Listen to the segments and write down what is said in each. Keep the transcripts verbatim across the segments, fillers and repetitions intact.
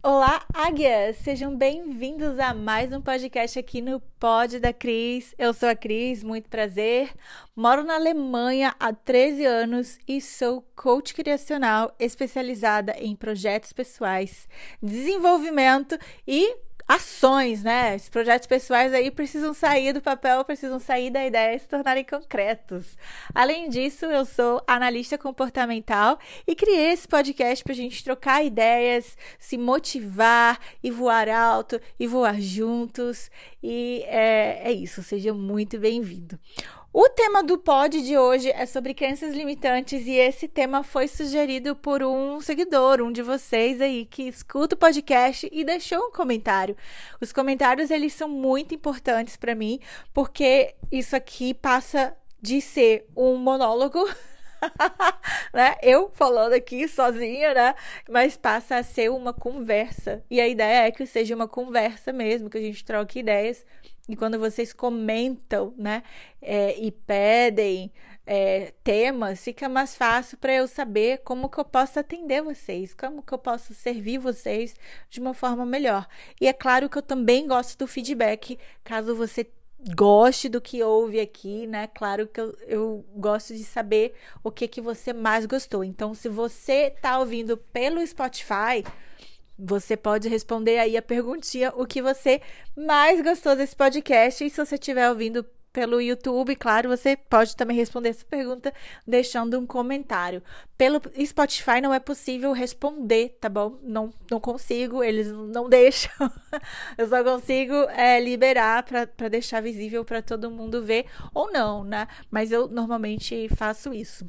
Olá, águias! Sejam bem-vindos a mais um podcast aqui no Pod da Cris. Eu sou a Cris, muito prazer. Moro na Alemanha há treze anos e sou coach criacional especializada em projetos pessoais, desenvolvimento e ações, né? Os projetos pessoais aí precisam sair do papel, precisam sair da ideia e se tornarem concretos. Além disso, eu sou analista comportamental e criei esse podcast para a gente trocar ideias, se motivar e voar alto e voar juntos. E é, é isso, seja muito bem-vindo. O tema do pod de hoje é sobre crenças limitantes e esse tema foi sugerido por um seguidor, um de vocês aí que escuta o podcast e deixou um comentário. Os comentários, eles são muito importantes para mim, porque isso aqui passa de ser um monólogo, né? Eu falando aqui sozinha, né? Mas passa a ser uma conversa. E a ideia é que seja uma conversa mesmo, que a gente troque ideias. E quando vocês comentam, né, é, e pedem é, temas, fica mais fácil para eu saber como que eu posso atender vocês, como que eu posso servir vocês de uma forma melhor. E é claro que eu também gosto do feedback, caso você goste do que ouve aqui, né? Claro que eu, eu gosto de saber o que, que você mais gostou. Então, se você tá ouvindo pelo Spotify, você pode responder aí a perguntinha, o que você mais gostou desse podcast. E se você estiver ouvindo pelo YouTube, claro, você pode também responder essa pergunta deixando um comentário. Pelo Spotify não é possível responder, tá bom? Não, não consigo, eles não deixam. Eu só consigo é, liberar para deixar visível para todo mundo ver ou não, né? Mas eu normalmente faço isso.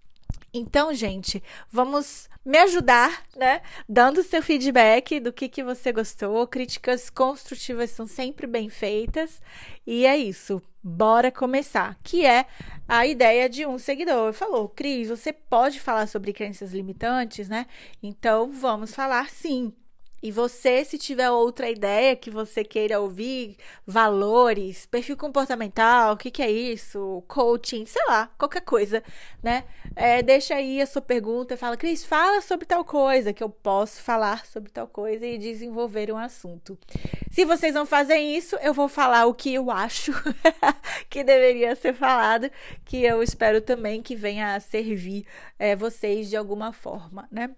Então, gente, vamos me ajudar, né? Dando seu feedback do que, que você gostou. Críticas construtivas são sempre bem feitas. E é isso. Bora começar. Que é a ideia de um seguidor. Falou, Cris, você pode falar sobre crenças limitantes, né? Então, vamos falar sim. E você, se tiver outra ideia que você queira ouvir, valores, perfil comportamental, o que, que é isso, coaching, sei lá, qualquer coisa, né? É, deixa aí a sua pergunta e fala, Cris, fala sobre tal coisa, que eu posso falar sobre tal coisa e desenvolver um assunto. Se vocês não fazem isso, eu vou falar o que eu acho que deveria ser falado, que eu espero também que venha a servir é, vocês de alguma forma, né?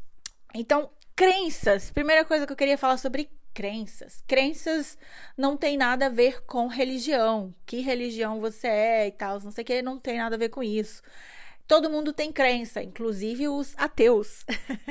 Então, crenças. Primeira coisa que eu queria falar sobre crenças. Crenças não tem nada a ver com religião. Que religião você é e tal, não sei o que, não tem nada a ver com isso. Todo mundo tem crença, inclusive os ateus.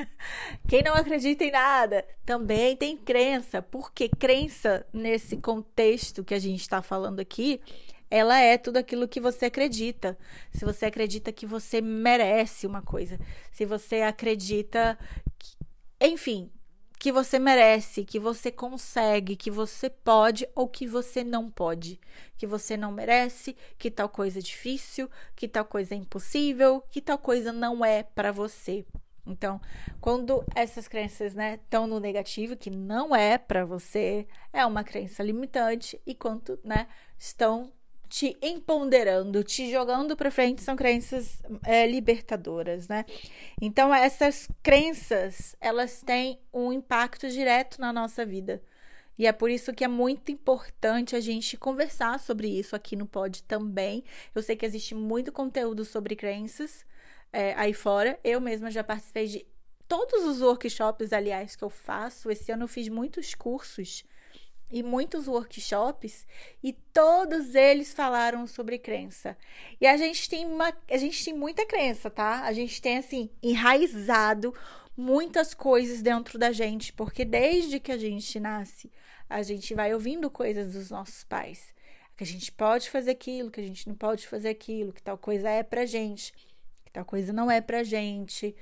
Quem não acredita em nada também tem crença, porque crença, nesse contexto que a gente está falando aqui, ela é tudo aquilo que você acredita. Se você acredita que você merece uma coisa, se você acredita que, enfim, que você merece, que você consegue, que você pode ou que você não pode, que você não merece, que tal coisa é difícil, que tal coisa é impossível, que tal coisa não é para você. Então, quando essas crenças, né, estão no negativo, que não é para você, é uma crença limitante, e quando, né, estão te empoderando, te jogando para frente, são crenças é, libertadoras, né? Então, essas crenças, elas têm um impacto direto na nossa vida. E é por isso que é muito importante a gente conversar sobre isso aqui no Pod também. Eu sei que existe muito conteúdo sobre crenças é, aí fora. Eu mesma já participei de todos os workshops, aliás, que eu faço. Esse ano eu fiz muitos cursos e muitos workshops, e todos eles falaram sobre crença. E a gente tem uma, a gente tem muita crença, tá? A gente tem, assim, enraizado muitas coisas dentro da gente, porque desde que a gente nasce, a gente vai ouvindo coisas dos nossos pais. Que a gente pode fazer aquilo, que a gente não pode fazer aquilo, que tal coisa é pra gente, que tal coisa não é pra gente.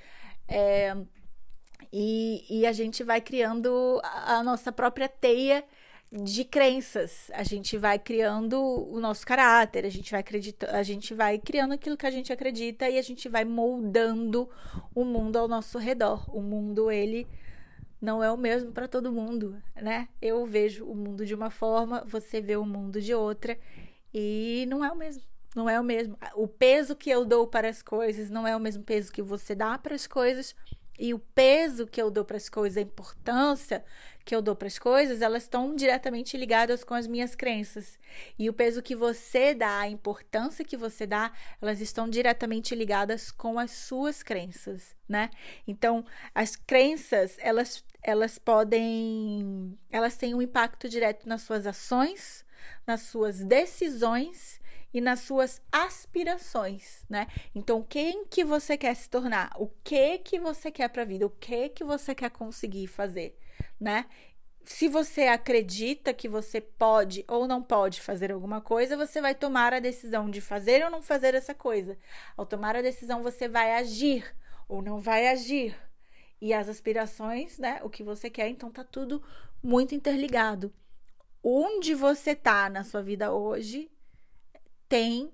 É, e, e a gente vai criando a, a nossa própria teia de crenças, a gente vai criando o nosso caráter, a gente vai acreditando, a gente vai criando aquilo que a gente acredita e a gente vai moldando o mundo ao nosso redor. O mundo, ele não é o mesmo para todo mundo, né? Eu vejo o mundo de uma forma, você vê o mundo de outra e não é o mesmo. Não é o mesmo. O peso que eu dou para as coisas não é o mesmo peso que você dá para as coisas. E o peso que eu dou para as coisas, a importância que eu dou para as coisas, elas estão diretamente ligadas com as minhas crenças. E o peso que você dá, a importância que você dá, elas estão diretamente ligadas com as suas crenças, né? Então, as crenças, elas, elas podem... Elas têm um impacto direto nas suas ações, nas suas decisões e nas suas aspirações, né? Então, quem que você quer se tornar? O que que você quer para a vida? O que que você quer conseguir fazer, né? Se você acredita que você pode ou não pode fazer alguma coisa, você vai tomar a decisão de fazer ou não fazer essa coisa. Ao tomar a decisão, você vai agir ou não vai agir. E as aspirações, né? O que você quer, então tá tudo muito interligado. Onde você tá na sua vida hoje tem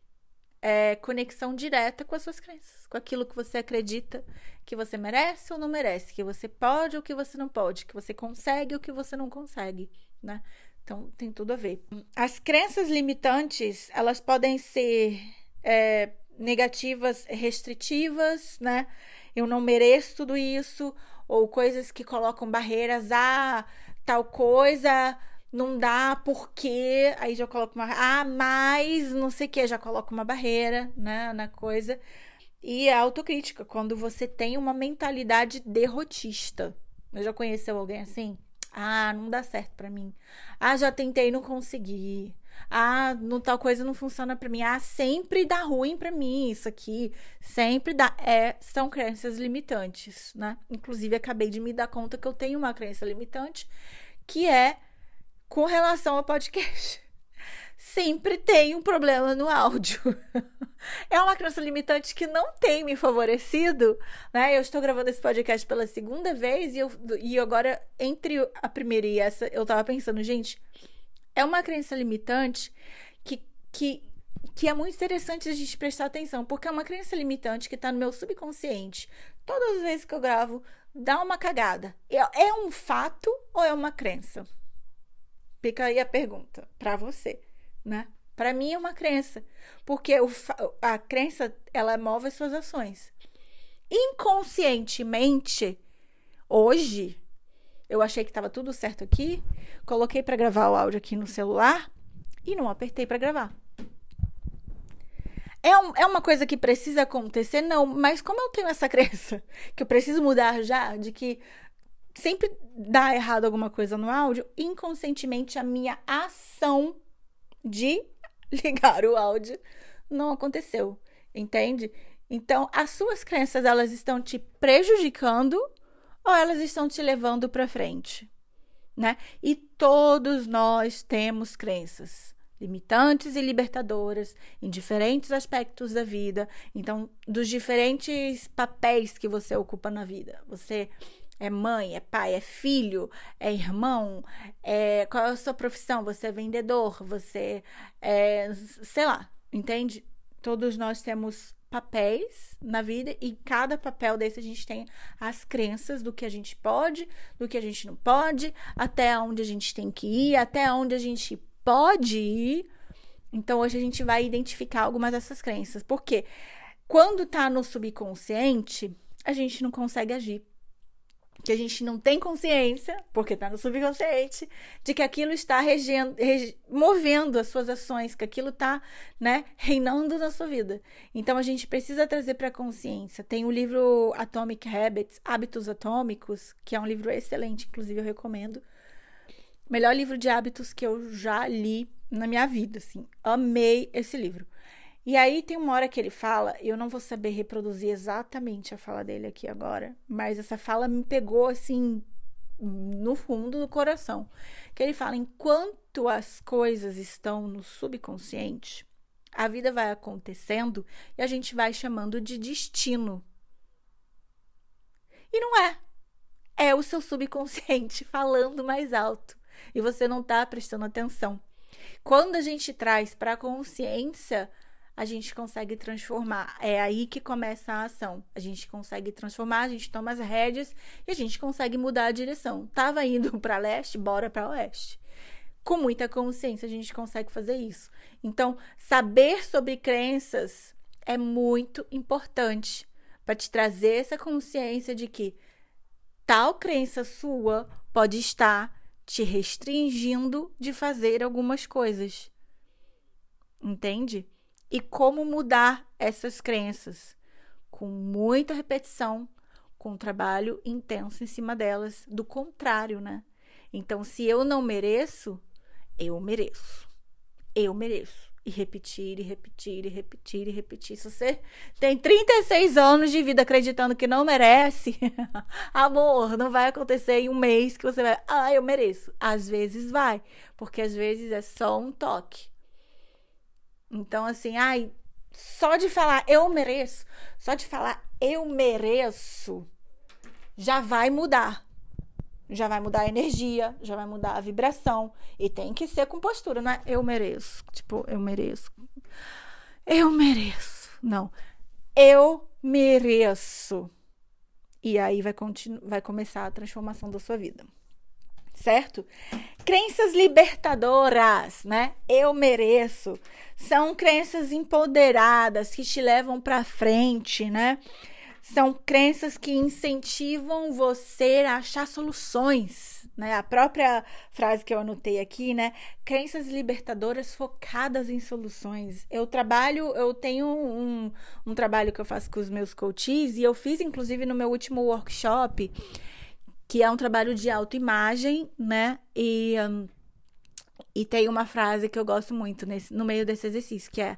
é, conexão direta com as suas crenças, com aquilo que você acredita que você merece ou não merece, que você pode ou que você não pode, que você consegue ou que você não consegue, né? Então, tem tudo a ver. As crenças limitantes, elas podem ser é, negativas, restritivas, né? Eu não mereço tudo isso, ou coisas que colocam barreiras a tal coisa... Não dá porque, aí já coloca uma, ah, mas não sei o que, já coloca uma barreira, né, na coisa. E a autocrítica, quando você tem uma mentalidade derrotista. Eu já conheceu alguém assim? Ah, não dá certo pra mim. Ah, já tentei, não consegui. Ah, não, tal coisa não funciona pra mim. Ah, sempre dá ruim pra mim isso aqui. Sempre dá. É, são crenças limitantes, né? Inclusive, acabei de me dar conta que eu tenho uma crença limitante, que é com relação ao podcast. Sempre tem um problema no áudio. É uma crença limitante que não tem me favorecido, né? Eu estou gravando esse podcast pela segunda vez e, eu, e agora, entre a primeira e essa, eu tava pensando, gente, é uma crença limitante que, que, que é muito interessante a gente prestar atenção, porque é uma crença limitante que tá no meu subconsciente. Todas as vezes que eu gravo, dá uma cagada. É, é um fato ou é uma crença? Fica aí a pergunta para você, né? Para mim é uma crença, porque o, a crença, ela move as suas ações. Inconscientemente, hoje, eu achei que estava tudo certo aqui, coloquei para gravar o áudio aqui no celular e não apertei para gravar. É, um, é uma coisa que precisa acontecer? Não, mas como eu tenho essa crença, que eu preciso mudar já, de que sempre dá errado alguma coisa no áudio, inconscientemente a minha ação de ligar o áudio não aconteceu, entende? Então, as suas crenças, elas estão te prejudicando ou elas estão te levando para frente, né? E todos nós temos crenças limitantes e libertadoras em diferentes aspectos da vida. Então, dos diferentes papéis que você ocupa na vida. Você é mãe, é pai, é filho, é irmão, é... qual é a sua profissão? Você é vendedor, você é, sei lá, entende? Todos nós temos papéis na vida e cada papel desse a gente tem as crenças do que a gente pode, do que a gente não pode, até onde a gente tem que ir, até onde a gente pode ir. Então, hoje a gente vai identificar algumas dessas crenças. Porque quando tá no subconsciente, a gente não consegue agir. Que a gente não tem consciência, porque está no subconsciente, de que aquilo está regendo, rege, movendo as suas ações, que aquilo está, né, reinando na sua vida. Então, a gente precisa trazer para a consciência. Tem o livro Atomic Habits, Hábitos Atômicos, que é um livro excelente, inclusive eu recomendo. Melhor livro de hábitos que eu já li na minha vida, assim. Amei esse livro. E aí tem uma hora que ele fala, eu não vou saber reproduzir exatamente a fala dele aqui agora, mas essa fala me pegou assim no fundo do coração. Que ele fala, enquanto as coisas estão no subconsciente, a vida vai acontecendo e a gente vai chamando de destino. E não é. É o seu subconsciente falando mais alto e você não está prestando atenção. Quando a gente traz para a consciência, a gente consegue transformar. É aí que começa a ação. A gente consegue transformar, a gente toma as rédeas e a gente consegue mudar a direção. Tava indo para leste, bora para oeste. Com muita consciência, a gente consegue fazer isso. Então, saber sobre crenças é muito importante, para te trazer essa consciência de que tal crença sua pode estar te restringindo de fazer algumas coisas. Entende? E como mudar essas crenças? Com muita repetição, com trabalho intenso em cima delas, do contrário, né? Então, se eu não mereço, eu mereço. Eu mereço. E repetir, e repetir, e repetir, e repetir. Se você tem trinta e seis anos de vida acreditando que não merece, amor, não vai acontecer em um mês que você vai, ah, eu mereço. Às vezes vai, porque às vezes é só um toque. Então, assim, ai, só de falar eu mereço, só de falar eu mereço, já vai mudar. Já vai mudar a energia, já vai mudar a vibração. E tem que ser com postura, não é? Eu mereço. Tipo, eu mereço. Eu mereço. Não. Eu mereço. E aí vai, continu- vai começar a transformação da sua vida. Certo? Crenças libertadoras, né? Eu mereço. São crenças empoderadas que te levam pra frente, né? São crenças que incentivam você a achar soluções, né? A própria frase que eu anotei aqui, né? Crenças libertadoras focadas em soluções. Eu trabalho, eu tenho um, um trabalho que eu faço com os meus coaches e eu fiz, inclusive, no meu último workshop, que é um trabalho de autoimagem, né? E, um, e tem uma frase que eu gosto muito nesse, no meio desse exercício, que é: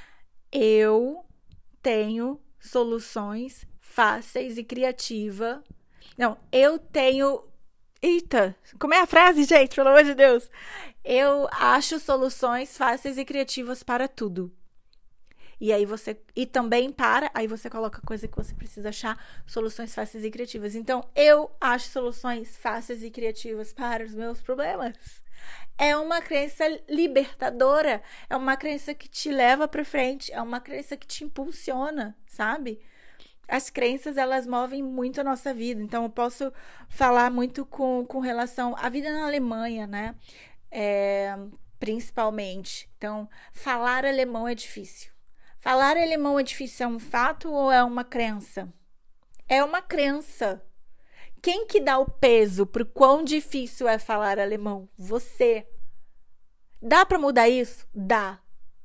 eu tenho soluções fáceis e criativa. Não, eu tenho... Eita, como é a frase, gente? Pelo amor de Deus. Eu acho soluções fáceis e criativas para tudo. E aí você... E também para... Aí você coloca a coisa que você precisa achar, soluções fáceis e criativas. Então, eu acho soluções fáceis e criativas para os meus problemas. É uma crença libertadora. É uma crença que te leva para frente. É uma crença que te impulsiona, sabe? As crenças, elas movem muito a nossa vida. Então, eu posso falar muito com, com relação à vida na Alemanha, né? É, principalmente. Então, falar alemão é difícil. Falar alemão é difícil, é um fato ou é uma crença? É uma crença. Quem que dá o peso pro quão difícil é falar alemão? Você. Dá para mudar isso? Dá.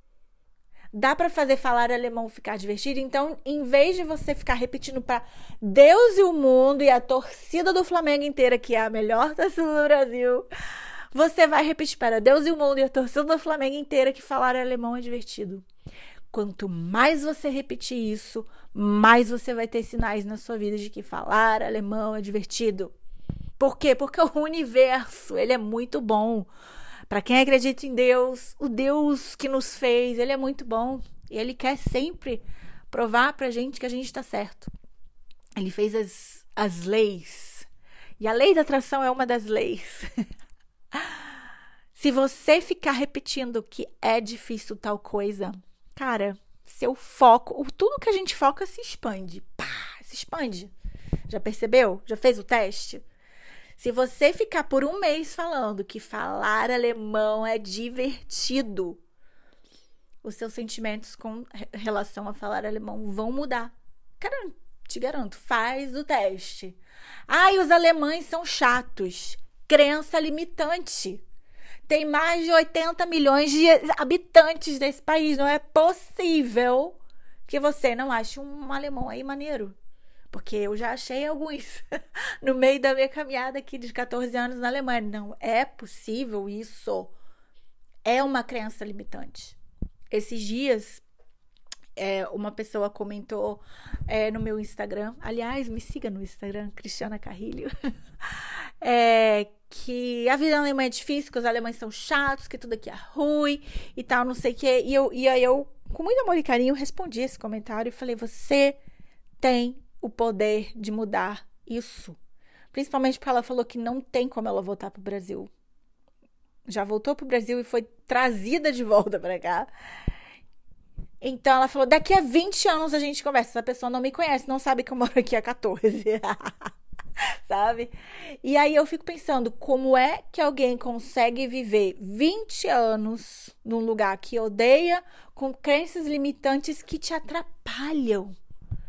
Dá para fazer falar alemão ficar divertido? Então, em vez de você ficar repetindo para Deus e o mundo e a torcida do Flamengo inteira, que é a melhor torcida do Brasil, você vai repetir para Deus e o mundo e a torcida do Flamengo inteira que falar alemão é divertido. Quanto mais você repetir isso, mais você vai ter sinais na sua vida de que falar alemão é divertido. Por quê? Porque o universo, ele é muito bom. Para quem acredita em Deus, o Deus que nos fez, ele é muito bom. E ele quer sempre provar pra gente que a gente tá certo. Ele fez as, as leis. E a lei da atração é uma das leis. Se você ficar repetindo que é difícil tal coisa, cara, seu foco, tudo que a gente foca se expande. Pá, se expande. Já percebeu? Já fez o teste? Se você ficar por um mês falando que falar alemão é divertido, os seus sentimentos com relação a falar alemão vão mudar. Cara, te garanto, faz o teste. Ai, os alemães são chatos. Crença limitante. Tem mais de oitenta milhões de habitantes desse país. Não é possível que você não ache um alemão aí maneiro. Porque eu já achei alguns no meio da minha caminhada aqui de catorze anos na Alemanha. Não é possível isso. É uma crença limitante. Esses dias, é, uma pessoa comentou é, no meu Instagram. Aliás, me siga no Instagram, Cristiana Carrilho. é, que a vida na Alemanha é difícil, que os alemães são chatos, que tudo aqui é ruim e tal, não sei o quê. E, eu, e aí eu, com muito amor e carinho, respondi esse comentário e falei, você tem o poder de mudar isso. Principalmente porque ela falou que não tem como ela voltar pro Brasil. Já voltou pro Brasil e foi trazida de volta pra cá. Então ela falou, daqui a vinte anos a gente conversa. Essa pessoa não me conhece, não sabe que eu moro aqui há catorze. Sabe? E aí eu fico pensando, como é que alguém consegue viver vinte anos num lugar que odeia, com crenças limitantes que te atrapalham?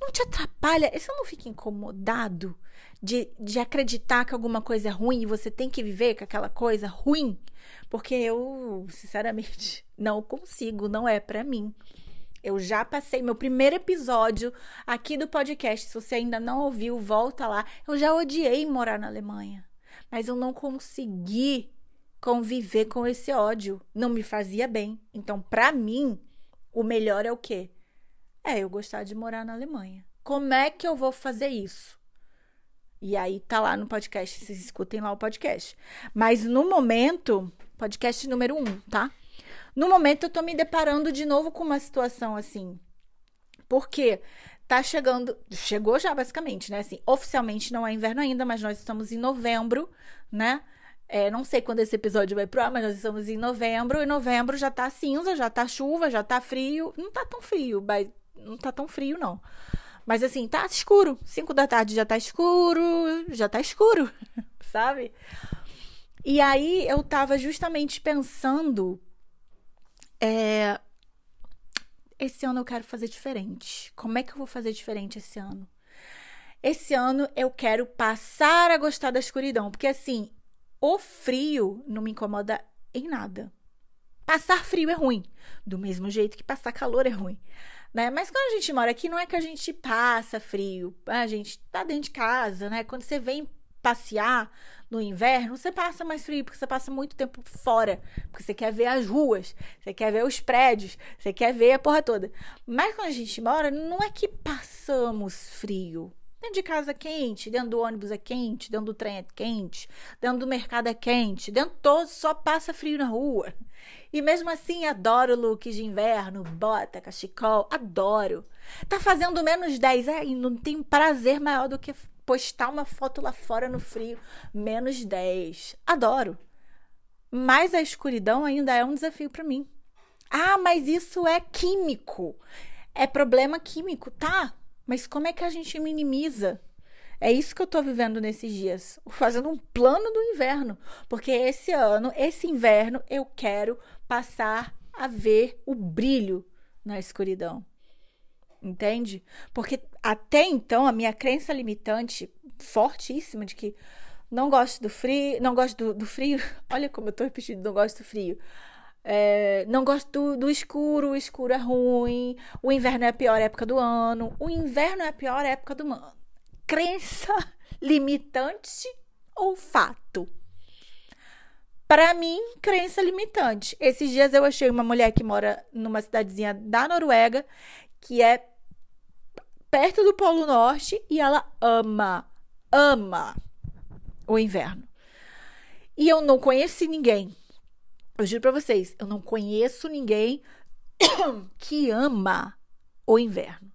não te atrapalha? Você não fica incomodado de, de acreditar que alguma coisa é ruim e você tem que viver com aquela coisa ruim? Porque eu, sinceramente, não consigo, não é pra mim. Eu já passei meu primeiro episódio aqui do podcast. Se você ainda não ouviu, volta lá. Eu já odiei morar na Alemanha, mas eu não consegui conviver com esse ódio. Não me fazia bem. Então, pra mim, o melhor é o quê? É eu gostar de morar na Alemanha. Como é que eu vou fazer isso? E aí tá lá no podcast, vocês escutem lá o podcast. Mas no momento, podcast número um, tá? No momento eu tô me deparando de novo com uma situação assim. Porque tá chegando, chegou já basicamente, né? Assim, oficialmente não é inverno ainda, mas nós estamos em novembro, né? É, não sei quando esse episódio vai pro ar, mas nós estamos em novembro. E novembro já tá cinza, já tá chuva, já tá frio. Não tá tão frio, mas não tá tão frio, não. Mas assim, tá escuro. Cinco da tarde já tá escuro, já tá escuro, sabe? E aí eu tava justamente pensando, é, esse ano eu quero fazer diferente. Como é que eu vou fazer diferente esse ano? Esse ano eu quero passar a gostar da escuridão, porque assim, o frio não me incomoda em nada. Passar frio é ruim, do mesmo jeito que passar calor é ruim. Né? Mas quando a gente mora aqui, não é que a gente passa frio, a gente tá dentro de casa, né? Quando você vem passear no inverno, você passa mais frio, porque você passa muito tempo fora, porque você quer ver as ruas, você quer ver os prédios, você quer ver a porra toda. Mas quando a gente mora, não é que passamos frio. Dentro de casa é quente, dentro do ônibus é quente, dentro do trem é quente, dentro do mercado é quente, dentro todo só passa frio na rua. E mesmo assim, adoro looks de inverno, bota, cachecol, adoro. Tá fazendo menos dez, é, e não tem prazer maior do que postar uma foto lá fora no frio, menos dez. Adoro. Mas a escuridão ainda é um desafio pra mim. Ah, mas isso é químico. É problema químico, tá? Mas como é que a gente minimiza? É isso que eu tô vivendo nesses dias. Fazendo um plano do inverno. Porque esse ano, esse inverno, eu quero passar a ver o brilho na escuridão. Entende? Porque até então, a minha crença limitante, fortíssima, de que não gosto do frio, não gosto do, do frio. Olha como eu tô repetindo, não gosto do frio. É, não gosto do, do escuro, o escuro é ruim, o inverno é a pior época do ano, o inverno é a pior época do ano. Crença limitante ou fato? Para mim, crença limitante. Esses dias eu achei uma mulher que mora numa cidadezinha da Noruega, que é perto do Polo Norte, e ela ama, ama o inverno. E eu não conheci ninguém. Eu juro pra vocês, eu não conheço ninguém que ama o inverno.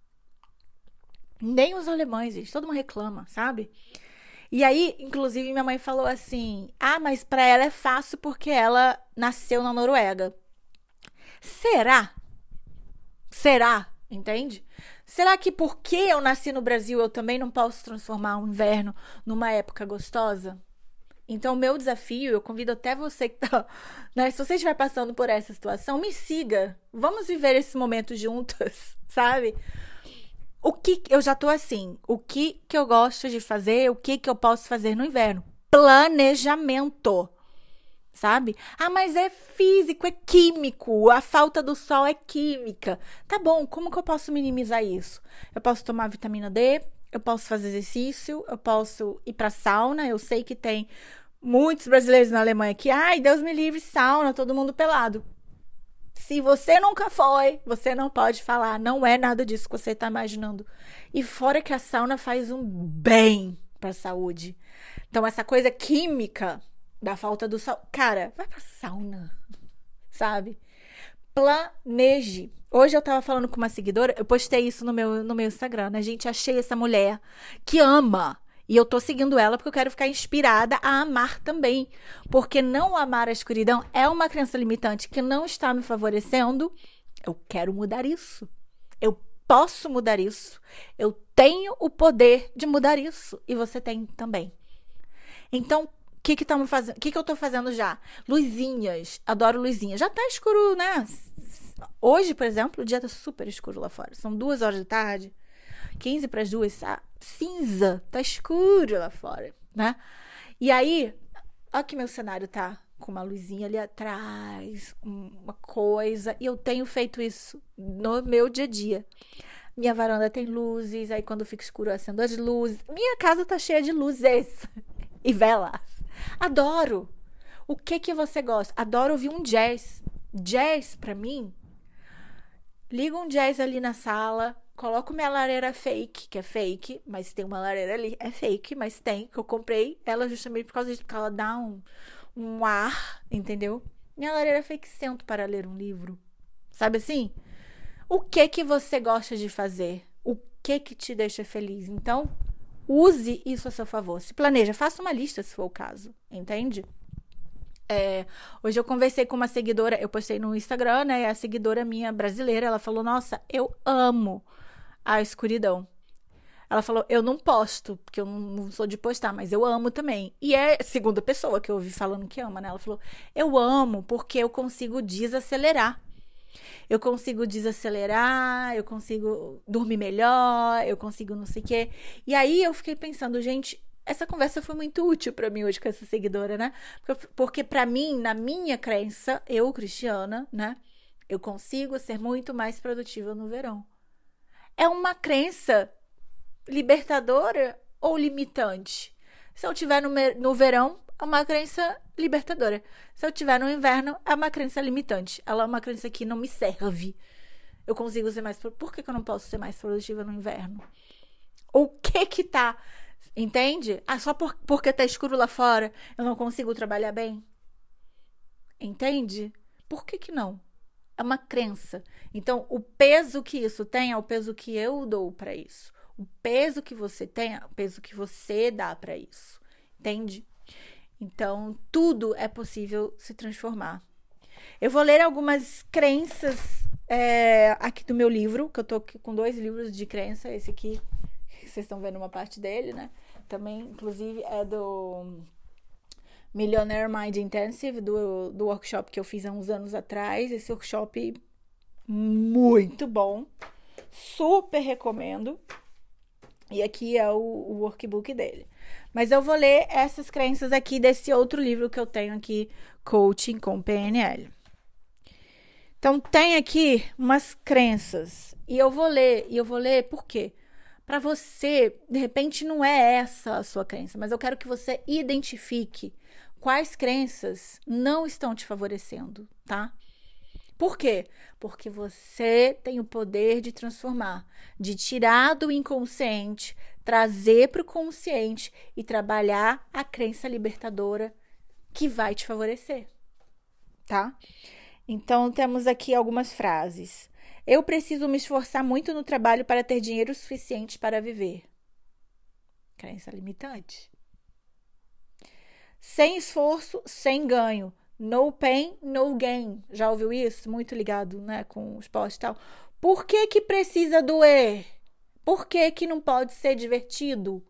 Nem os alemães, gente. Todo mundo reclama, sabe? E aí, inclusive, minha mãe falou assim, ah, mas pra ela é fácil porque ela nasceu na Noruega. Será? Será? Entende? Será que porque eu nasci no Brasil, eu também não posso transformar o inverno numa época gostosa? Então, o meu desafio, eu convido até você que tá, né? Se você estiver passando por essa situação, me siga. Vamos viver esse momento juntas, sabe? O que, eu já tô assim, o que que eu gosto de fazer, o que que eu posso fazer no inverno? Planejamento, sabe? Ah, mas é físico, é químico, a falta do sol é química. Tá bom, como que eu posso minimizar isso? Eu posso tomar vitamina D, eu posso fazer exercício, eu posso ir pra sauna, eu sei que tem muitos brasileiros na Alemanha que, ai, Deus me livre, sauna, todo mundo pelado. Se você nunca foi, você não pode falar, não é nada disso que você tá imaginando. E fora que a sauna faz um bem pra saúde. Então, essa coisa química da falta do sol, cara, vai pra sauna, sabe? Planeje. Hoje eu tava falando com uma seguidora, eu postei isso no meu, no meu Instagram, né, gente? Achei essa mulher que ama. E eu tô seguindo ela porque eu quero ficar inspirada a amar também. Porque não amar a escuridão é uma crença limitante que não está me favorecendo. Eu quero mudar isso. Eu posso mudar isso. Eu tenho o poder de mudar isso. E você tem também. Então, o que que, fazendo, que que eu tô fazendo já? Luzinhas. Adoro luzinhas. Já tá escuro, né? Hoje, por exemplo, o dia tá super escuro lá fora. São duas horas da tarde. quinze para as duas, tá cinza, tá escuro lá fora, né? E aí, olha que meu cenário tá com uma luzinha ali atrás, uma coisa, e eu tenho feito isso no meu dia a dia. Minha varanda tem luzes, aí quando fica escuro eu acendo as luzes. Minha casa tá cheia de luzes e velas. Adoro. O que que você gosta? Adoro ouvir um jazz. Jazz, pra mim, ligo um jazz ali na sala, coloco minha lareira fake, que é fake, mas tem uma lareira ali, é fake, mas tem, que eu comprei ela justamente por causa disso, porque ela dá um, um ar, entendeu? Minha lareira fake, sento para ler um livro. Sabe assim? O que que você gosta de fazer? O que que te deixa feliz? Então, use isso a seu favor. Se planeja, faça uma lista se for o caso, entende? É, hoje eu conversei com uma seguidora, eu postei no Instagram, né? A seguidora minha brasileira, ela falou, nossa, eu amo a escuridão. Ela falou, eu não posto, porque eu não sou de postar, mas eu amo também. E é a segunda pessoa que eu ouvi falando que ama, né? Ela falou, eu amo porque eu consigo desacelerar. Eu consigo desacelerar, eu consigo dormir melhor, eu consigo não sei o quê. E aí eu fiquei pensando, gente, essa conversa foi muito útil pra mim hoje com essa seguidora, né? Porque, porque pra mim, na minha crença, eu, Cristiana, né? Eu consigo ser muito mais produtiva no verão. É uma crença libertadora ou limitante? Se eu tiver no, no verão, é uma crença libertadora. Se eu tiver no inverno, é uma crença limitante. Ela é uma crença que não me serve. Eu consigo ser mais... Por que, que eu não posso ser mais produtiva no inverno? O que que tá... Entende? Ah, só por, porque tá escuro lá fora, eu não consigo trabalhar bem? Entende? Por que que não? É uma crença. Então, o peso que isso tem é o peso que eu dou para isso. O peso que você tem é o peso que você dá para isso. Entende? Então, tudo é possível se transformar. Eu vou ler algumas crenças é, aqui do meu livro, que eu tô aqui com dois livros de crença. Esse aqui, vocês estão vendo uma parte dele, né? Também, inclusive, é do Millionaire Mind Intensive, do, do workshop que eu fiz há uns anos atrás. Esse workshop muito bom. Super recomendo. E aqui é o, o workbook dele. Mas eu vou ler essas crenças aqui desse outro livro que eu tenho aqui, Coaching com P N L. Então, tem aqui umas crenças. E eu vou ler. E eu vou ler por quê? Para você, de repente, não é essa a sua crença, mas eu quero que você identifique quais crenças não estão te favorecendo, tá? Por quê? Porque você tem o poder de transformar, de tirar do inconsciente, trazer para o consciente e trabalhar a crença libertadora que vai te favorecer, tá? Então, temos aqui algumas frases. Eu preciso me esforçar muito no trabalho para ter dinheiro suficiente para viver. Crença limitante. Sem esforço, sem ganho. No pain, no gain. Já ouviu isso? Muito ligado, né, com o esporte e tal. Por que que precisa doer? Por que que não pode ser divertido?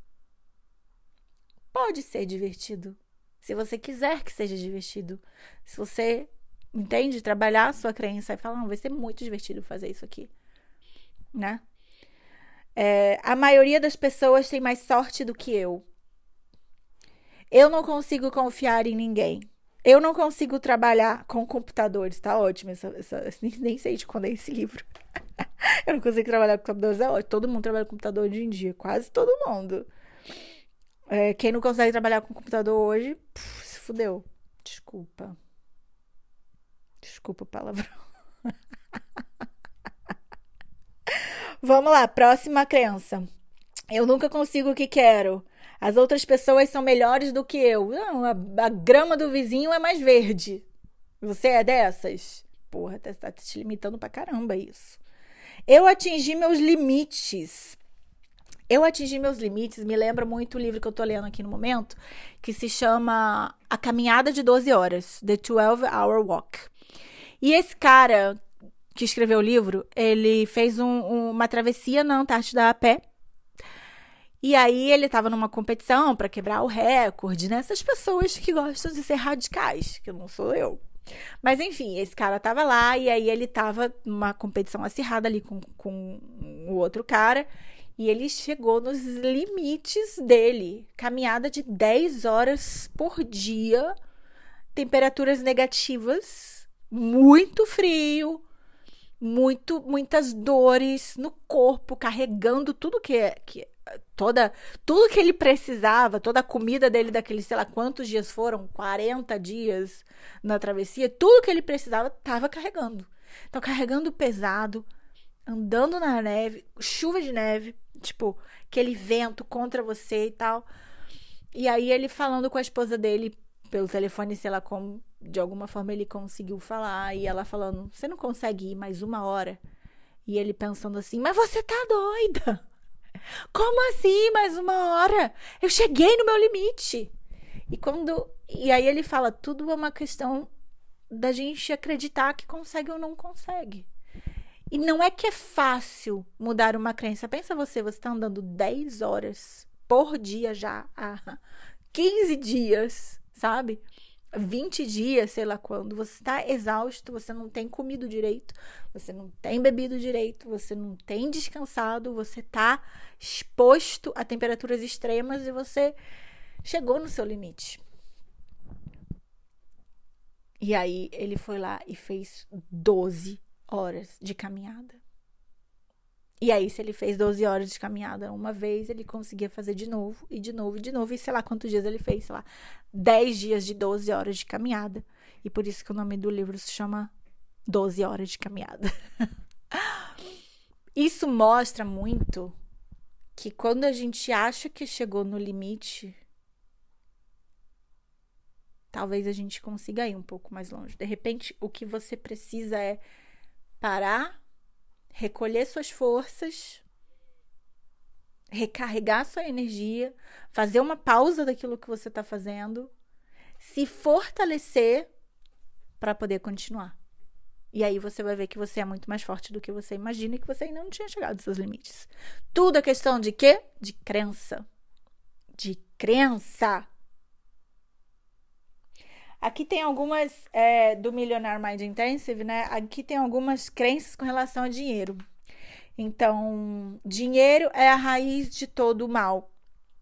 Pode ser divertido. Se você quiser que seja divertido. Se você, entende? Trabalhar a sua crença e falar, não, vai ser muito divertido fazer isso aqui. Né? É, a maioria das pessoas tem mais sorte do que eu. Eu não consigo confiar em ninguém. Eu não consigo trabalhar com computadores. Tá ótimo. Essa, essa, nem, nem sei de quando é esse livro. Eu não consigo trabalhar com computadores. É ótimo. Todo mundo trabalha com computador hoje em dia. Quase todo mundo. É, quem não consegue trabalhar com computador hoje, puf, se fudeu. Desculpa. Desculpa o palavrão. Vamos lá. Próxima crença. Eu nunca consigo o que quero. As outras pessoas são melhores do que eu. Não, a, a grama do vizinho é mais verde. Você é dessas? Porra, tá, tá te limitando pra caramba isso. Eu atingi meus limites. Eu atingi meus limites. Me lembra muito o livro que eu tô lendo aqui no momento, que se chama A Caminhada de doze Horas, The twelve hour Walk. E esse cara que escreveu o livro, ele fez um, um, uma travessia na Antártida a pé. E aí ele tava numa competição para quebrar o recorde, né? Essas pessoas que gostam de ser radicais, que não sou eu. Mas enfim, esse cara tava lá e aí ele tava numa competição acirrada ali com, com o outro cara. E ele chegou nos limites dele. Caminhada de dez horas por dia, temperaturas negativas, muito frio, muito, muitas dores no corpo, carregando tudo que, que toda, tudo que ele precisava, toda a comida dele daqueles, sei lá quantos dias foram, quarenta dias na travessia, tudo que ele precisava estava carregando. Então, carregando pesado, andando na neve, chuva de neve, tipo, aquele vento contra você e tal. E aí ele falando com a esposa dele pelo telefone, sei lá como, de alguma forma ele conseguiu falar, e ela falando, você não consegue ir mais uma hora? E ele pensando assim, mas você tá doida? Como assim mais uma hora? Eu cheguei no meu limite. E quando, e aí ele fala, tudo é uma questão da gente acreditar que consegue ou não consegue. E não é que é fácil mudar uma crença. Pensa você, você tá andando dez horas por dia já há quinze dias, sabe? vinte dias, sei lá quando. Você está exausto, você não tem comido direito, você não tem bebido direito, você não tem descansado, você está exposto a temperaturas extremas e você chegou no seu limite. E aí ele foi lá e fez doze horas de caminhada. E aí, se ele fez doze horas de caminhada uma vez, ele conseguia fazer de novo, e de novo, e de novo, e sei lá quantos dias ele fez, sei lá, dez dias de doze horas de caminhada. E por isso que o nome do livro se chama doze horas de caminhada. Isso mostra muito que quando a gente acha que chegou no limite, talvez a gente consiga ir um pouco mais longe. De repente, o que você precisa é parar, recolher suas forças, recarregar sua energia, fazer uma pausa daquilo que você está fazendo, se fortalecer para poder continuar. E aí você vai ver que você é muito mais forte do que você imagina e que você ainda não tinha chegado aos seus limites. Tudo é questão de quê? De crença. De crença. Aqui tem algumas, é, do Millionaire Mind Intensive, né? Aqui tem algumas crenças com relação a dinheiro. Então, dinheiro é a raiz de todo o mal.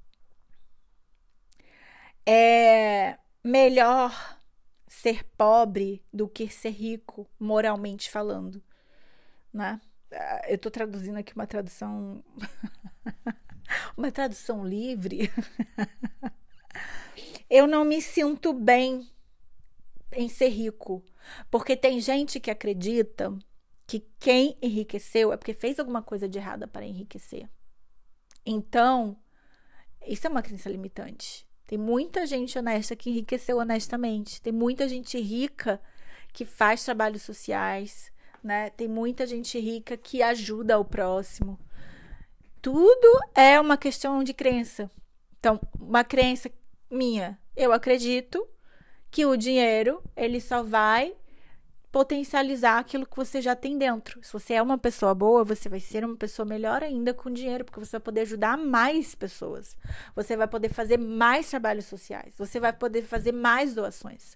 É melhor ser pobre do que ser rico, moralmente falando, né? Eu tô traduzindo aqui uma tradução... uma tradução livre. Eu não me sinto bem em ser rico, porque tem gente que acredita que quem enriqueceu é porque fez alguma coisa de errada para enriquecer. Então, isso é uma crença limitante. Tem muita gente honesta que enriqueceu honestamente, tem muita gente rica que faz trabalhos sociais, né? Tem muita gente rica que ajuda o próximo. Tudo é uma questão de crença. Então, uma crença minha, eu acredito que o dinheiro, ele só vai potencializar aquilo que você já tem dentro. Se você é uma pessoa boa, você vai ser uma pessoa melhor ainda com dinheiro, porque você vai poder ajudar mais pessoas. Você vai poder fazer mais trabalhos sociais. Você vai poder fazer mais doações.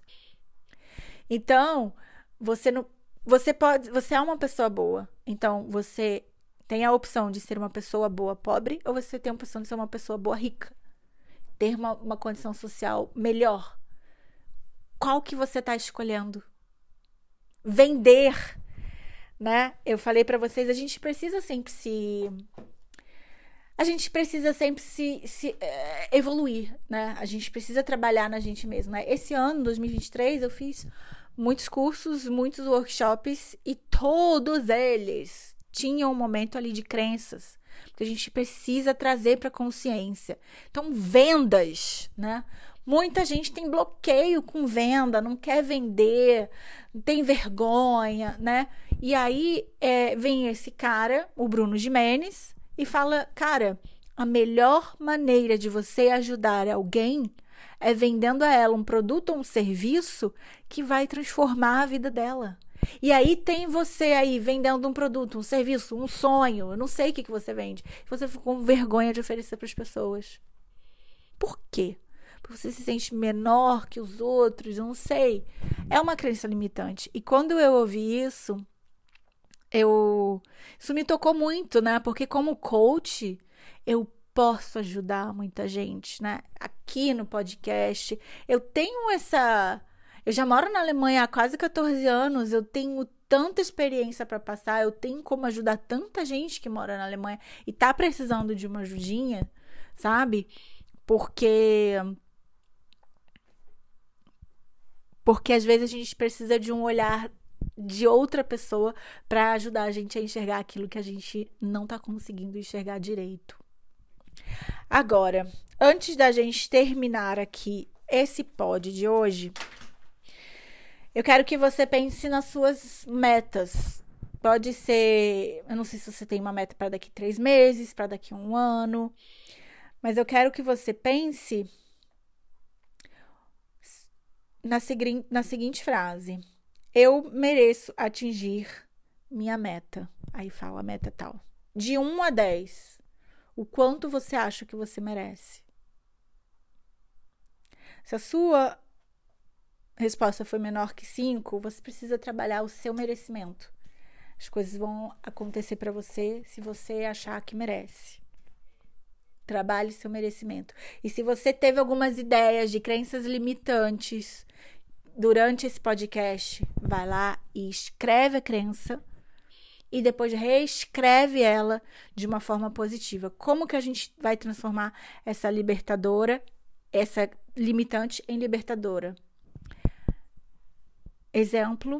Então, você não, você pode, você é uma pessoa boa. Então, você tem a opção de ser uma pessoa boa pobre, ou você tem a opção de ser uma pessoa boa rica. Ter uma, uma condição social melhor. Qual que você está escolhendo? Vender, né? Eu falei para vocês, a gente precisa sempre se... A gente precisa sempre se, se uh, evoluir, né? A gente precisa trabalhar na gente mesmo, né? Esse ano, dois mil e vinte e três, eu fiz muitos cursos, muitos workshops, e todos eles tinham um momento ali de crenças, que a gente precisa trazer para a consciência. Então, vendas, né? Muita gente tem bloqueio com venda, não quer vender, tem vergonha, né? E aí é, vem esse cara, o Bruno Gimenez, e fala, cara, a melhor maneira de você ajudar alguém é vendendo a ela um produto ou um serviço que vai transformar a vida dela. E aí tem você aí vendendo um produto, um serviço, um sonho, eu não sei o que, que você vende. Você ficou com vergonha de oferecer para as pessoas. Por quê? Porque você se sente menor que os outros, eu não sei. É uma crença limitante. E quando eu ouvi isso, eu... isso me tocou muito, né? Porque como coach, eu posso ajudar muita gente, né? Aqui no podcast, eu tenho essa... Eu já moro na Alemanha há quase catorze anos, eu tenho tanta experiência para passar, eu tenho como ajudar tanta gente que mora na Alemanha e tá precisando de uma ajudinha, sabe? Porque... Porque às vezes a gente precisa de um olhar de outra pessoa para ajudar a gente a enxergar aquilo que a gente não tá conseguindo enxergar direito. Agora, antes da gente terminar aqui esse pod de hoje, eu quero que você pense nas suas metas. Pode ser, eu não sei se você tem uma meta para daqui três meses, para daqui um ano, mas eu quero que você pense na, segui- na seguinte frase: eu mereço atingir minha meta. Aí fala a meta tal. De um a dez, o quanto você acha que você merece? Se a sua resposta foi menor que cinco, você precisa trabalhar o seu merecimento. As coisas vão acontecer para você se você achar que merece. Trabalhe seu merecimento. E se você teve algumas ideias de crenças limitantes durante esse podcast, vai lá e escreve a crença e depois reescreve ela de uma forma positiva. Como que a gente vai transformar essa libertadora, essa limitante em libertadora? Exemplo: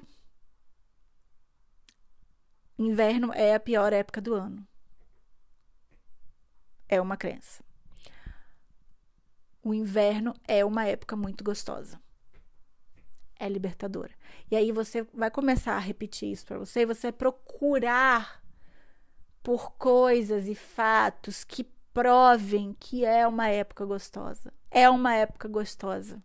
inverno é a pior época do ano. É uma crença. O inverno é uma época muito gostosa. É libertadora. E aí você vai começar a repetir isso para você, e você vai procurar por coisas e fatos que provem que é uma época gostosa. É uma época gostosa.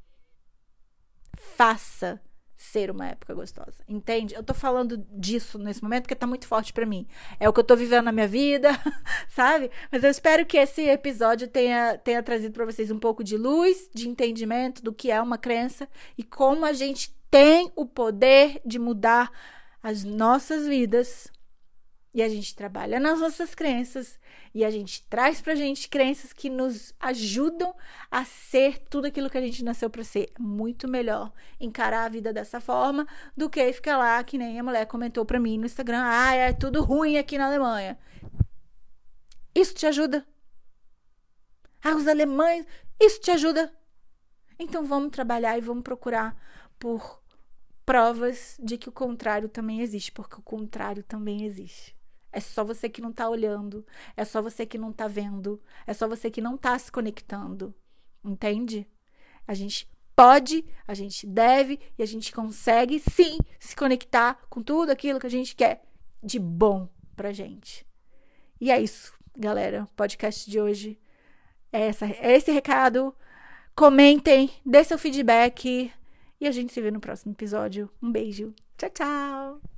Faça ser uma época gostosa, entende? Eu tô falando disso nesse momento porque tá muito forte pra mim. É o que eu tô vivendo na minha vida, sabe? Mas eu espero que esse episódio tenha, tenha trazido pra vocês um pouco de luz, de entendimento do que é uma crença e como a gente tem o poder de mudar as nossas vidas. E a gente trabalha nas nossas crenças e a gente traz pra gente crenças que nos ajudam a ser tudo aquilo que a gente nasceu pra ser. Muito melhor encarar a vida dessa forma do que ficar lá, que nem a mulher comentou pra mim no Instagram: ah, é tudo ruim aqui na Alemanha. Isso te ajuda? Ah, os alemães, isso te ajuda? Então vamos trabalhar e vamos procurar por provas de que o contrário também existe, porque o contrário também existe. É só você que não tá olhando, é só você que não tá vendo, é só você que não tá se conectando, entende? A gente pode, a gente deve e a gente consegue sim se conectar com tudo aquilo que a gente quer de bom pra gente. E é isso, galera. O podcast de hoje é, essa, é esse recado. Comentem, dê seu feedback e a gente se vê no próximo episódio. Um beijo. Tchau, tchau!